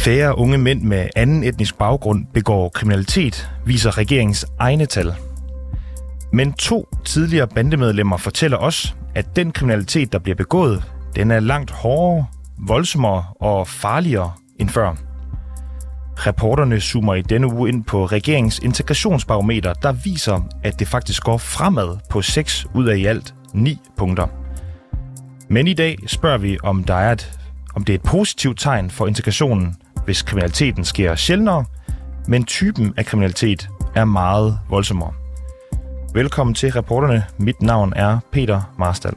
Færre unge mænd med anden etnisk baggrund begår kriminalitet, viser regeringens egne tal. Men 2 tidligere bandemedlemmer fortæller os, at den kriminalitet, der bliver begået, den er langt hårdere, voldsommere og farligere end før. Reporterne zoomer i denne uge ind på regeringens integrationsbarometer, der viser, at det faktisk går fremad på 6 ud af i alt 9 punkter. Men i dag spørger vi, om det er et positivt tegn for integrationen, hvis kriminaliteten sker sjældnere, men typen af kriminalitet er meget voldsommere. Velkommen til reporterne. Mit navn er Peter Marstal.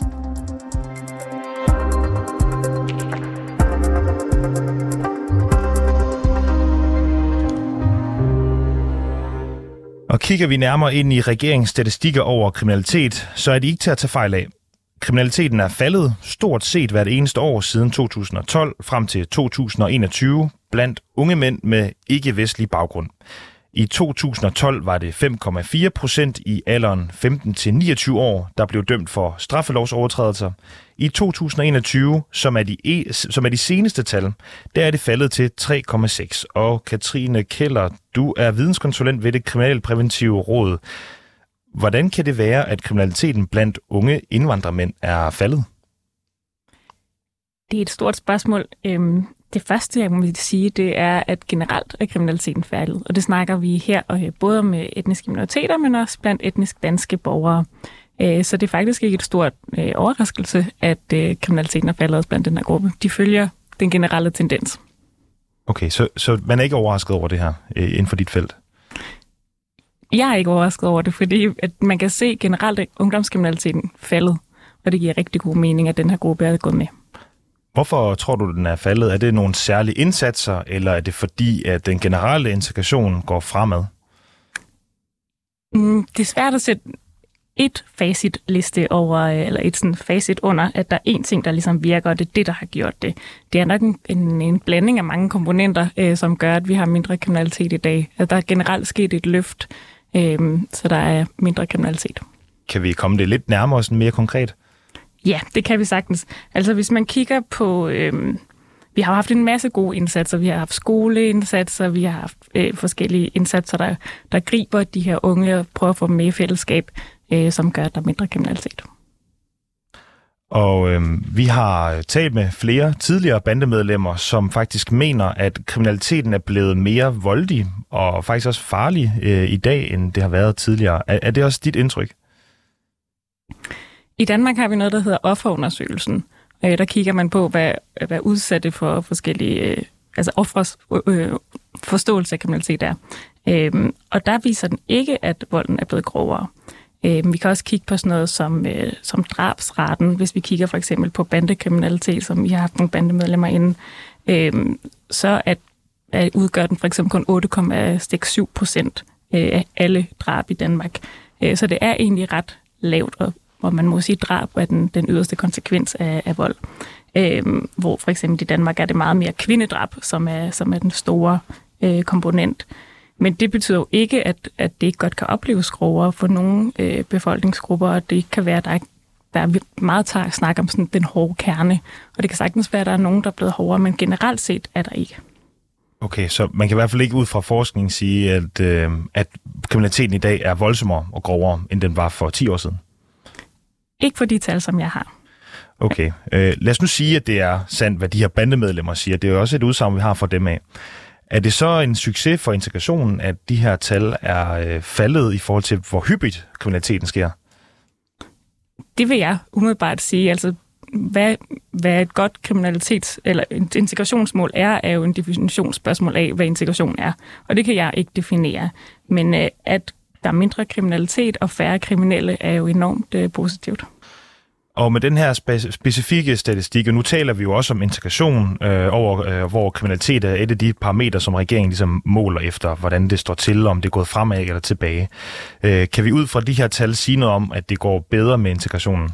Og kigger vi nærmere ind i regeringens statistikker over kriminalitet, så er de ikke til at tage fejl af. Kriminaliteten er faldet stort set hvert eneste år siden 2012 frem til 2021 blandt unge mænd med ikke-vestlig baggrund. I 2012 var det 5,4% i alderen 15-29 år, der blev dømt for straffelovsovertrædelser. I 2021, som er de seneste tal, der er det faldet til 3,6. Og Katrine Keller, du er videnskonsulent ved det Kriminalpræventive Råd. Hvordan kan det være, at kriminaliteten blandt unge indvandrermænd er faldet? Det er et stort spørgsmål. Det første, jeg må sige, det er, at generelt er kriminaliteten faldet. Og det snakker vi her både med etniske minoriteter, men også blandt etnisk danske borgere. Så det er faktisk ikke et stort overraskelse, at kriminaliteten er faldet også blandt den her gruppe. De følger den generelle tendens. Okay, så man er ikke overrasket over det her inden for dit felt? Jeg er ikke overrasket over det, fordi at man kan se generelt, at ungdomskriminaliteten faldet, og det giver rigtig god mening, at den her gruppe er gået med. Hvorfor tror du, den er faldet? Er det nogle særlige indsatser, eller er det fordi, at den generelle integration går fremad? Det er svært at sætte et facitliste over, eller et sådan facit under, at der er én ting, der ligesom virker, og det er det, der har gjort det. Det er nok en blanding af mange komponenter, som gør, at vi har mindre kriminalitet i dag. At der er generelt sket et løft, så der er mindre kriminalitet. Kan vi komme det lidt nærmere og sådan mere konkret? Ja, det kan vi sagtens. Altså hvis man kigger på... Vi har haft en masse gode indsatser. Vi har haft skoleindsatser, vi har haft forskellige indsatser, der griber de her unge og prøver at få dem med i fællesskab, som gør, at der er mindre kriminalitet. Og vi har talt med flere tidligere bandemedlemmer, som faktisk mener, at kriminaliteten er blevet mere voldig og faktisk også farlig i dag, end det har været tidligere. Er det også dit indtryk? I Danmark har vi noget, der hedder offerundersøgelsen. Der kigger man på, hvad udsatte for forskellige, altså offres forståelse af kriminalitet er. Og der viser den ikke, at volden er blevet grovere. Vi kan også kigge på sådan noget som drabsraten, hvis vi kigger for eksempel på bandekriminalitet, som vi har haft nogle bandemedlemmer inde, så udgør den for eksempel kun 8,67% af alle drab i Danmark. Så det er egentlig ret lavt, og man må sige, drab er den yderste konsekvens af vold. Hvor for eksempel i Danmark er det meget mere kvindedrab, som er den store komponent. Men det betyder jo ikke, at det ikke godt kan opleves grovere for nogle befolkningsgrupper, og det kan være, at der er meget snak om sådan den hårde kerne, og det kan sagtens være, at der er nogen, der er blevet hårdere, men generelt set er der ikke. Okay, så man kan i hvert fald ikke ud fra forskning sige, at kriminaliteten i dag er voldsommere og grovere, end den var for 10 år siden? Ikke for de tal, som jeg har. Okay, lad os nu sige, at det er sandt, hvad de her bandemedlemmer siger. Det er jo også et udsagn, vi har fra dem af. Er det så en succes for integrationen, at de her tal er faldet i forhold til, hvor hyppigt kriminaliteten sker? Det vil jeg umiddelbart sige. Altså, hvad et godt eller et integrationsmål er jo en definitionsspørgsmål af, hvad integration er. Og det kan jeg ikke definere. Men at der er mindre kriminalitet og færre kriminelle er jo enormt positivt. Og med den her specifikke statistik, og nu taler vi jo også om integration, hvor kriminalitet er et af de parametre, som regeringen ligesom måler efter, hvordan det står til, om det er gået fremad eller tilbage. Kan vi ud fra de her tal sige noget om, at det går bedre med integrationen?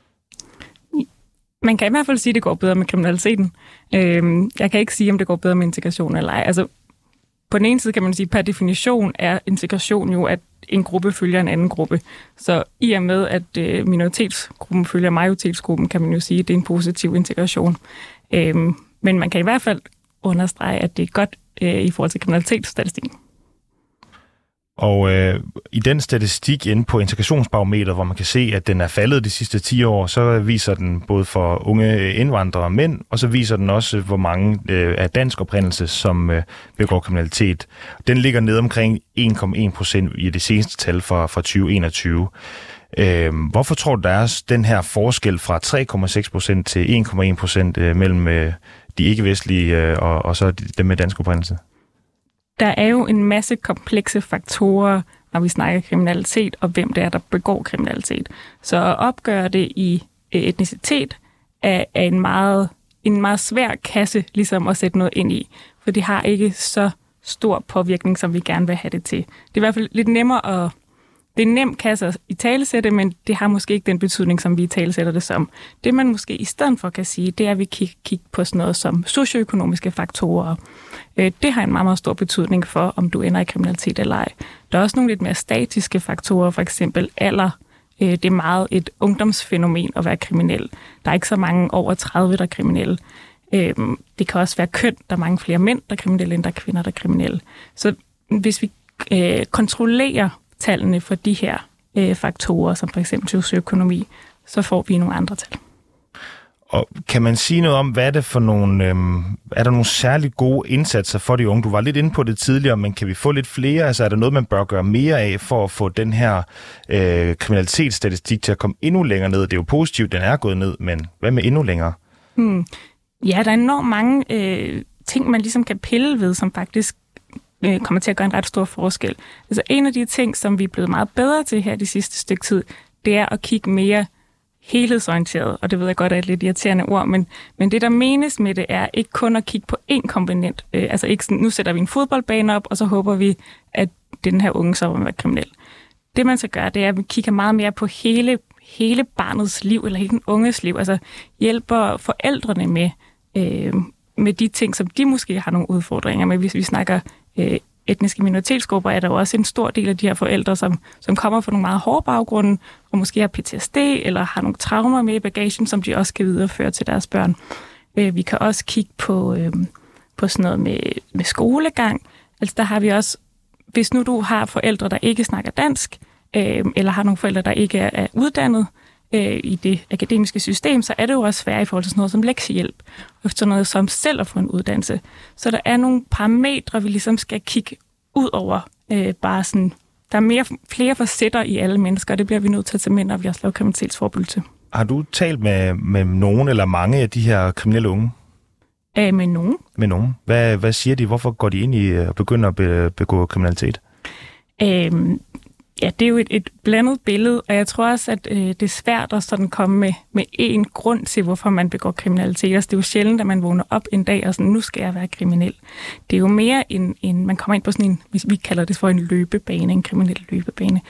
Man kan i hvert fald sige, at det går bedre med kriminaliteten. Jeg kan ikke sige, om det går bedre med integration eller ej. Altså, på den ene side kan man sige, at per definition er integration jo, at en gruppe følger en anden gruppe. Så i og med, at minoritetsgruppen følger majoritetsgruppen, kan man jo sige, at det er en positiv integration. Men man kan i hvert fald understrege, at det er godt i forhold til kriminalitetsstatistikken. Og i den statistik inde på integrationsbarometeret, hvor man kan se, at den er faldet de sidste 10 år, så viser den både for unge indvandrere og mænd, og så viser den også, hvor mange af dansk oprindelse, som begår kriminalitet. Den ligger nede omkring 1,1% i det seneste tal fra 2021. Hvorfor tror du, der er den her forskel fra 3,6% til 1,1% mellem de ikke-vestlige og så dem med dansk oprindelse? Der er jo en masse komplekse faktorer, når vi snakker kriminalitet, og hvem det er, der begår kriminalitet. Så at opgøre det i etnicitet er en meget svær kasse ligesom at sætte noget ind i, for det har ikke så stor påvirkning, som vi gerne vil have det til. Det er i hvert fald lidt nemmere at... Det er en nem kasse at italesætte, men det har måske ikke den betydning, som vi italesætter det som. Det man måske i stedet for kan sige, det er, at vi kigger på sådan noget som socioøkonomiske faktorer. Det har en meget, meget stor betydning for, om du ender i kriminalitet eller ej. Der er også nogle lidt mere statiske faktorer, for eksempel alder. Det er meget et ungdomsfænomen at være kriminel. Der er ikke så mange over 30, der er kriminelle. Det kan også være køn. Der er mange flere mænd, der er kriminelle, end der er kvinder, der er kriminelle. Så hvis vi kontrollerer tallene for de her faktorer, som for eksempel socioøkonomi, så får vi nogle andre tal. Og kan man sige noget om, hvad er det for nogle, er der nogle særlig gode indsatser for de unge? Du var lidt inde på det tidligere, men kan vi få lidt flere? Altså er der noget, man bør gøre mere af for at få den her kriminalitetsstatistik til at komme endnu længere ned? Det er jo positivt, den er gået ned, men hvad med endnu længere? Ja, der er enormt mange ting, man ligesom kan pille ved, som faktisk kommer til at gøre en ret stor forskel. Altså en af de ting, som vi er blevet meget bedre til her de sidste stykke tid, det er at kigge mere helhedsorienteret, og det ved jeg godt er et lidt irriterende ord, men det, der menes med det, er ikke kun at kigge på én komponent. Altså ikke sådan, nu sætter vi en fodboldbane op, og så håber vi, at den her unge så vil være kriminel. Det, man skal gøre, det er, at vi kigger meget mere på hele barnets liv, eller hele den unges liv, altså hjælper forældrene med de ting, som de måske har nogle udfordringer med. Hvis vi snakker etniske minoritetsgrupper, er der jo også en stor del af de her forældre, som kommer fra nogle meget hårde baggrunde, og måske har PTSD, eller har nogle traumer med i bagagen, som de også kan videreføre til deres børn. Vi kan også kigge på sådan noget med skolegang. Altså der har vi også, hvis nu du har forældre, der ikke snakker dansk, eller har nogle forældre, der ikke er uddannet i det akademiske system, så er det jo også svært i forhold til sådan noget som lektiehjælp, og sådan noget som selv at få en uddannelse. Så der er nogle parametre, vi ligesom skal kigge ud over. Bare sådan, der er flere facetter i alle mennesker, og det bliver vi nødt til at tage med, når vi også laver kriminalitetsforebyggelse. Har du talt med nogen eller mange af de her kriminelle unge? Med nogen. Med nogen. Hvad siger de? Hvorfor går de ind i at begynde at begå kriminalitet? Ja, det er jo et blandet billede, og jeg tror også, at det er svært at sådan komme med én grund til, hvorfor man begår kriminalitet. Altså, det er jo sjældent, at man vågner op en dag og sådan, nu skal jeg være kriminel. Det er jo mere en man kommer ind på sådan en, vi kalder det for en løbebane, en kriminel løbebane,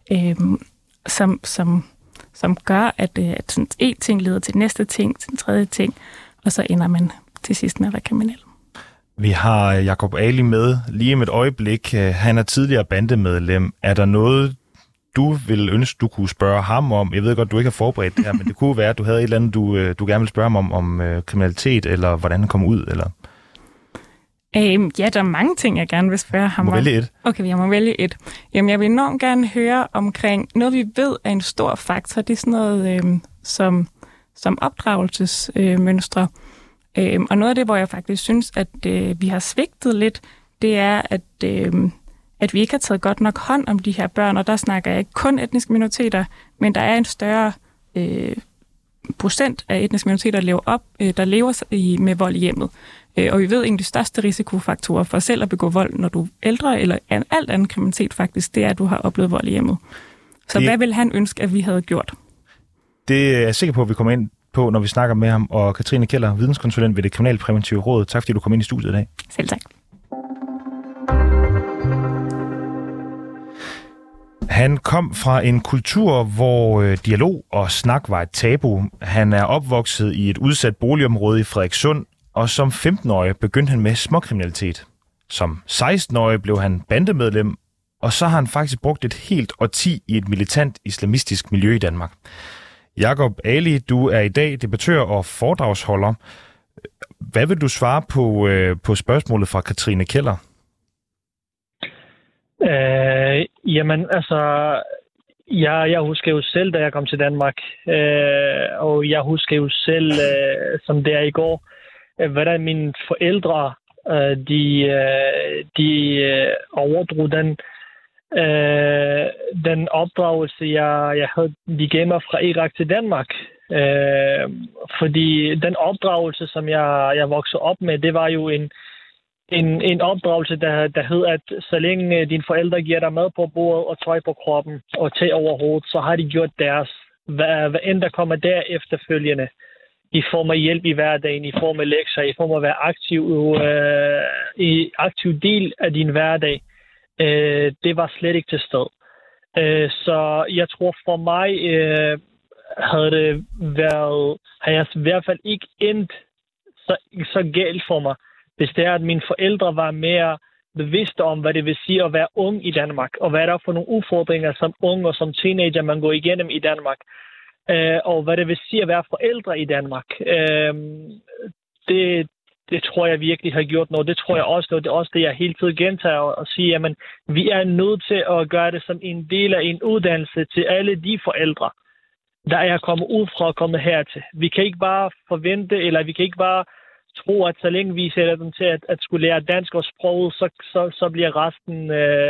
som gør, at sådan en ting leder til næste ting, til den tredje ting, og så ender man til sidst med at være kriminel. Vi har Jacob Ali med lige om et øjeblik. Han er tidligere bandemedlem. Er der noget, du ville ønske, du kunne spørge ham om? Jeg ved godt, du ikke har forberedt det her, men det kunne være, at du havde et eller andet, du gerne ville spørge ham om kriminalitet, eller hvordan han kommer ud, eller? Ja, der er mange ting, jeg gerne vil spørge ham om. Må vælge et? Okay, jeg må vælge et. Jamen, jeg vil enormt gerne høre omkring noget, vi ved er en stor faktor. Det er sådan noget som opdragelsesmønstre. Og noget af det, hvor jeg faktisk synes, at vi har svigtet lidt, det er, at vi ikke har taget godt nok hånd om de her børn, og der snakker jeg ikke kun etniske minoriteter, men der er en større procent af etniske minoriteter, der lever med vold i hjemmet. Og vi ved, at en af de største risikofaktorer for selv at begå vold, når du er ældre, eller alt andet kriminalitet faktisk, det er, at du har oplevet vold i hjemmet. Så hvad vil han ønske, at vi havde gjort? Det er jeg sikker på, at vi kommer ind på, når vi snakker med ham, og Katrine Keller, videnskonsulent ved det Kriminalpræventive Råd. Tak fordi du kom ind i studiet i dag. Selv tak. Han kom fra en kultur, hvor dialog og snak var et tabu. Han er opvokset i et udsat boligområde i Frederikssund, og som 15-årig begyndte han med småkriminalitet. Som 16-årig blev han bandemedlem, og så har han faktisk brugt et helt årti i et militant islamistisk miljø i Danmark. Jacob Ali, du er i dag debattør og foredragsholder. Hvad vil du svare på spørgsmålet fra Katrine Keller? Jamen, altså, jeg husker jo selv, da jeg kom til Danmark, og jeg husker jo selv, som det er i går, hvordan mine forældre, de overdrog den opdragelse, de gav mig fra Irak til Danmark. Fordi den opdragelse, som jeg voksede op med, det var jo en opdragelse, der hed, at så længe dine forældre giver dig mad på bordet og tøj på kroppen og tag over hovedet, så har de gjort deres. Hvad end der kommer der efterfølgende, i form af hjælp i hverdagen, i form af lektier, i form af at være aktiv del af din hverdag, det var slet ikke til sted. Så jeg tror for mig, havde jeg i hvert fald ikke endt så galt for mig, hvis det er, at mine forældre var mere bevidste om, hvad det vil sige at være ung i Danmark, og hvad der er for nogle udfordringer som ung og som teenager, man går igennem i Danmark, og hvad det vil sige at være forældre i Danmark. Det tror jeg virkelig har gjort noget. Det tror jeg også, og det er også det, jeg hele tiden gentager og siger, at vi er nødt til at gøre det som en del af en uddannelse til alle de forældre, der er kommet ud fra at komme hertil. Vi kan ikke bare forvente, eller vi kan ikke bare tro, at så længe vi sætter dem til at skulle lære dansk og sproget, så bliver resten,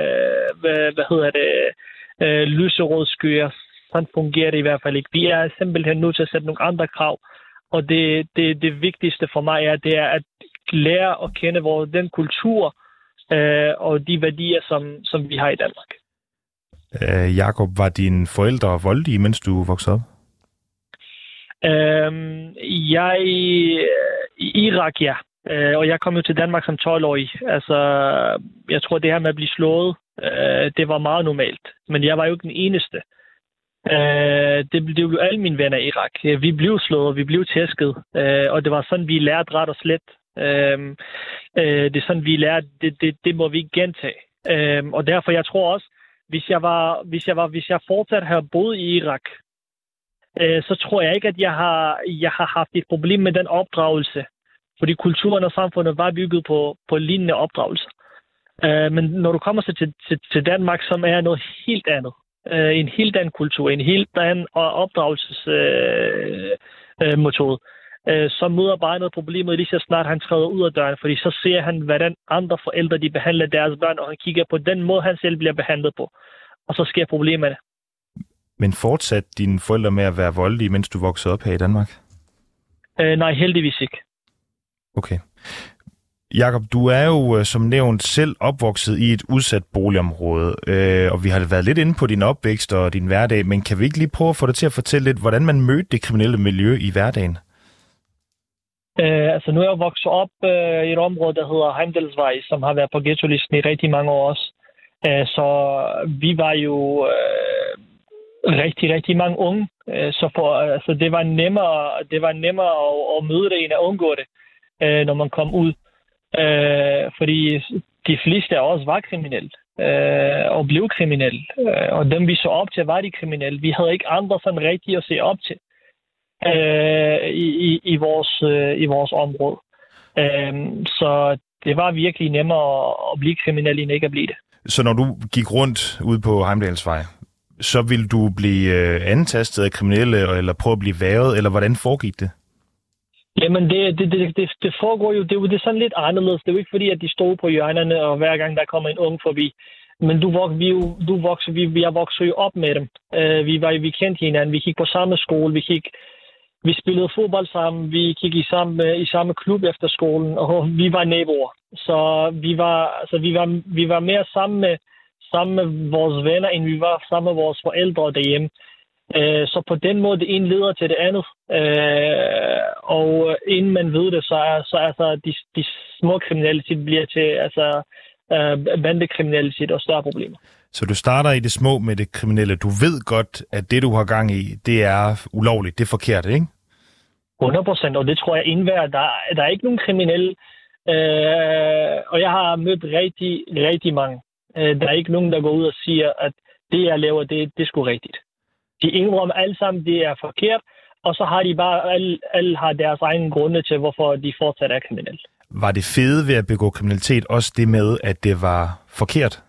lyserødskyer. Sådan fungerer det i hvert fald ikke. Vi er simpelthen nødt til at sætte nogle andre krav. Og det vigtigste for mig det er at lære at kende den kultur og de værdier, som vi har i Danmark. Jakob, var dine forældre voldelige, mens du voksede op? Jeg i Irak, ja. Og jeg kom jo til Danmark som 12-årig. Altså, jeg tror, det her med at blive slået, det var meget normalt. Men jeg var jo ikke den eneste. Det blev jo alle mine venner i Irak. Vi blev slået, vi blev tæsket. Og det var sådan, vi lærte ret og slet. Det er sådan, vi lærte, det må vi ikke gentage. Og derfor, jeg tror også, hvis jeg fortsat havde boet i Irak, så tror jeg ikke, at jeg har haft et problem med den opdragelse. Fordi kulturen og samfundet var bygget på lignende opdragelser. Men når du kommer til Danmark, som er noget helt andet, en helt anden kultur, en helt anden opdragelsesmetode, så møder bare noget problemet lige så snart han træder ud af døren, fordi så ser han, hvordan andre forældre de behandler deres børn, og han kigger på den måde, han selv bliver behandlet på. Og så sker problemerne. Men fortsatte dine forældre med at være voldelige, mens du voksede op her i Danmark? Nej, heldigvis ikke. Okay. Jakob, du er jo som nævnt selv opvokset i et udsat boligområde, og vi har været lidt inde på din opvækst og din hverdag, men kan vi ikke lige prøve at få dig til at fortælle lidt, hvordan man mødte det kriminelle miljø i hverdagen? Nu er jeg vokset op i et område, der hedder Heimdalsvej, som har været på ghetto-listen i rigtig mange år også. Så vi var jo rigtig, rigtig mange unge. Så det var nemmere at møde det, end at undgå det, når man kom ud. Fordi de fleste af os var kriminelle og blev kriminelle. Og dem, vi så op til, var de kriminelle. Vi havde ikke andre sådan rigtigt at se op til i vores område. Så det var virkelig nemmere at blive kriminel, end ikke at blive det. Så når du gik rundt ude på Heimdalsvej, så ville du blive antastet af kriminelle, eller prøve at blive hvervet, eller hvordan foregik det? Jamen, det foregår jo, det er sådan lidt anderledes. Det er jo ikke fordi, at de stod på hjørnerne, og hver gang der kommer en ung forbi. Men vi har vokset jo op med dem. Vi kendte hinanden, vi gik på samme skole, vi spillede fodbold sammen, vi gik i samme klub efter skolen, og vi var naboer. Så vi var mere sammen med vores venner, end vi var sammen med vores forældre derhjemme. Så på den måde, det ene leder til det andet. Og inden man ved det, så de små kriminalitet bliver til bandekriminalitet og større problemer. Så du starter i det små med det kriminelle. Du ved godt, at det, du har gang i, det er ulovligt. Det er forkert, ikke? 100%, og det tror jeg indværd. Der er ikke nogen kriminelle. Og jeg har mødt rigtig, rigtig mange. Der er ikke nogen, der går ud og siger, at det, jeg laver, det er sgu rigtigt. De indrømmer alle sammen, det er forkert, og så har de bare, alle har deres egne grunde til, hvorfor de fortsat er kriminelle. Var det fede ved at begå kriminalitet også det med, at det var forkert?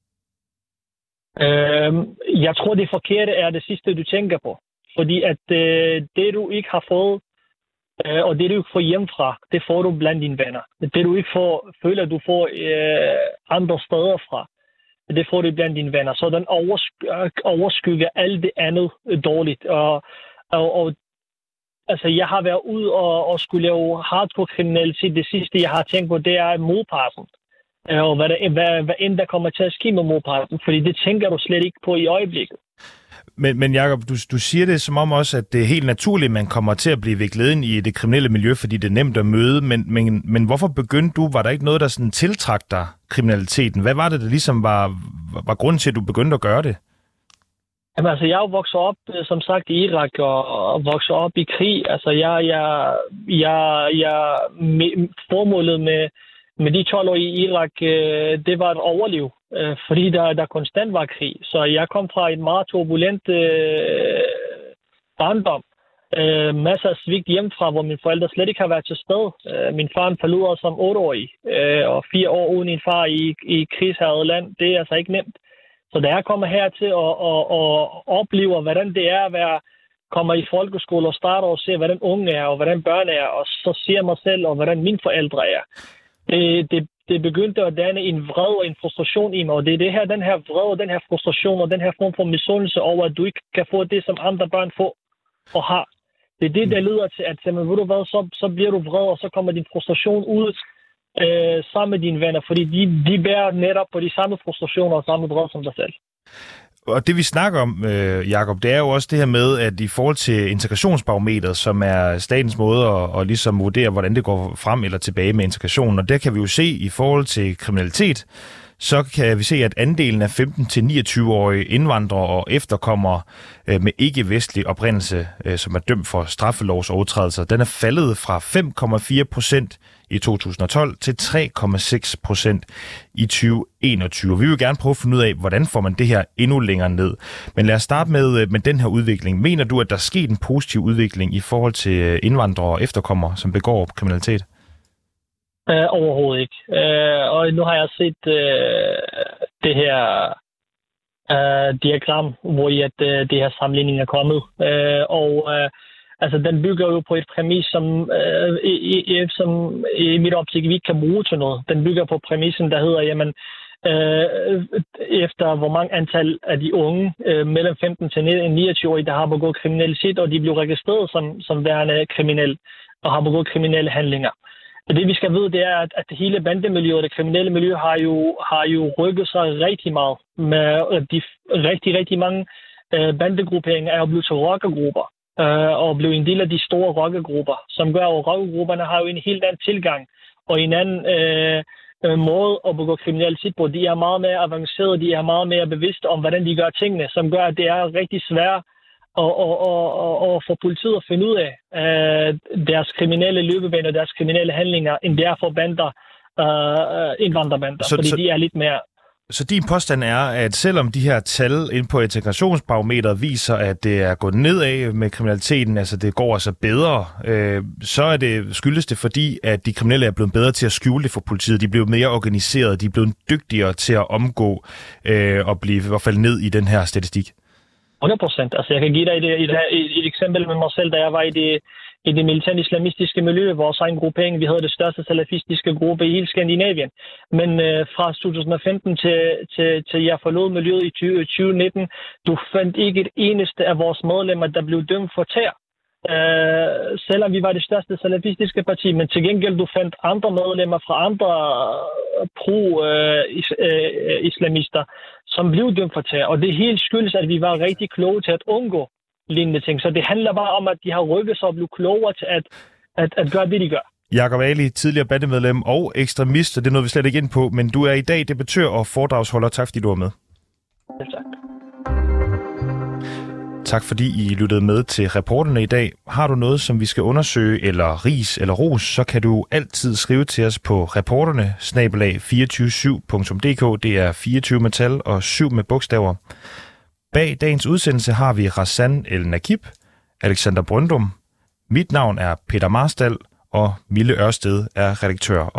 Jeg tror, det forkerte er det sidste, du tænker på. Fordi at det, du ikke har fået, og det, du ikke får hjemmefra, det får du blandt dine venner. Det, du ikke føler, du får andre steder fra, det får du blandt dine venner. Så den overskygger alt det andet dårligt. Og altså, jeg har været ude og skulle lave hardcore kriminalitet. Det sidste, jeg har tænkt på, det er modparten. Og hvad end der kommer til at ske med modparten. Fordi det tænker du slet ikke på i øjeblikket. Men Jacob, du siger det som om også, at det er helt naturligt, at man kommer til at blive viklet ind i det kriminelle miljø, fordi det er nemt at møde. Men hvorfor begyndte du? Var der ikke noget, der sådan tiltrak dig kriminaliteten? Hvad var det, der ligesom var grunden til, at du begyndte at gøre det? Jamen, altså, jeg er jo vokset op, som sagt, i Irak og vokset op i krig. Altså, formålet med de 12 år i Irak, det var at overleve, fordi der konstant var krig. Så jeg kom fra et meget turbulent barndom. Masser af svigt hjemmefra, hvor mine forældre slet ikke har været til stede. Min far forlod os som 8-årig, og 4 år uden en far i krigshærget land, det er altså ikke nemt. Så da jeg kommer hertil og oplever, hvordan det er at kommer i folkeskole og starter og ser, hvordan unge er, og hvordan børn er, og så ser mig selv, og hvordan mine forældre er. Det begyndte at danne en vred og en frustration i mig, og det er det her, den her vred og den her frustration og den her form for misundelse over, at du ikke kan få det, som andre børn får og har. Det er det, der leder til, at ved du hvad, så bliver du vred, og så kommer din frustration ud sammen med dine venner, fordi de bærer netop på de samme frustrationer og samme vred som dig selv. Og det vi snakker om, Jacob, det er jo også det her med, at i forhold til integrationsbarometeret, som er statens måde at ligesom vurdere, hvordan det går frem eller tilbage med integrationen, og der kan vi jo se i forhold til kriminalitet, så kan vi se, at andelen af 15-29-årige indvandrere og efterkommere med ikke-vestlig oprindelse, som er dømt for straffelovsovertrædelser, den er faldet fra 5,4% i 2012 til 3,6% i 2021. Vi vil gerne prøve at finde ud af, hvordan får man det her endnu længere ned. Men lad os starte med den her udvikling. Mener du, at der er sket en positiv udvikling i forhold til indvandrere og efterkommere, som begår kriminalitet? Overhovedet ikke. Og nu har jeg set det her diagram, hvor det her sammenligning er kommet. Altså, den bygger jo på et præmis, som i mit optik vi ikke kan bruge til noget. Den bygger på præmissen, der hedder, jamen, efter hvor mange antal af de unge mellem 15 til 29-årige, der har begået kriminalitet, og de bliver registreret som værende kriminelle og har begået kriminelle handlinger. Det vi skal vide, det er, at hele bandemiljøet og det kriminelle miljø har jo rykket sig rigtig meget. Med de rigtig mange bandegrupperinger er jo blevet til rockergrupper og blevet en del af de store rockergrupper, som gør, at rockergrupperne har jo en helt anden tilgang og en anden måde at begå kriminalitet på. De er meget mere avancerede, de er meget mere bevidste om, hvordan de gør tingene, som gør, at det er rigtig svært og for politiet at finde ud af deres kriminelle løbebane og deres kriminelle handlinger, end det er for bander, indvandrerbander, fordi de er lidt mere... Så din påstand er, at selvom de her tal inde på integrationsbarometeret viser, at det er gået nedad med kriminaliteten, altså det går altså bedre, så skyldes det fordi, at de kriminelle er blevet bedre til at skjule det for politiet. De er blevet mere organiseret, de er blevet dygtigere til at omgå og blive i hvert fald ned i den her statistik. 100%. Altså, jeg kan give dig et eksempel med mig selv, da jeg var i det militant islamistiske miljø, vores egen gruppering. Vi havde det største salafistiske gruppe i hele Skandinavien. Men fra 2015 til jeg forlod miljøet i 2019, du fandt ikke et eneste af vores medlemmer, der blev dømt for terror. Selvom vi var det største salafistiske parti, men til gengæld du fandt andre medlemmer fra andre pro-islamister, som blev dømt for terror. Og det helt skyldes, at vi var rigtig kloge til at undgå lignende ting. Så det handler bare om, at de har rykket sig og blevet klogere til at gøre det, de gør. Jacob Ali, tidligere bandemedlem og ekstremist, og det er noget, vi slet ikke ind på, men du er i dag debattør og foredragsholder. Tak fordi du var med. Ja, tak. Tak fordi I lyttede med til reporterne i dag. Har du noget, som vi skal undersøge, eller ris eller ros, så kan du altid skrive til os på reporterne@247.dk. Det er 24 med tal og 7 med bogstaver. Bag dagens udsendelse har vi Rassan El Nakib, Alexander Brøndum. Mit navn er Peter Marstal, og Mille Ørsted er redaktør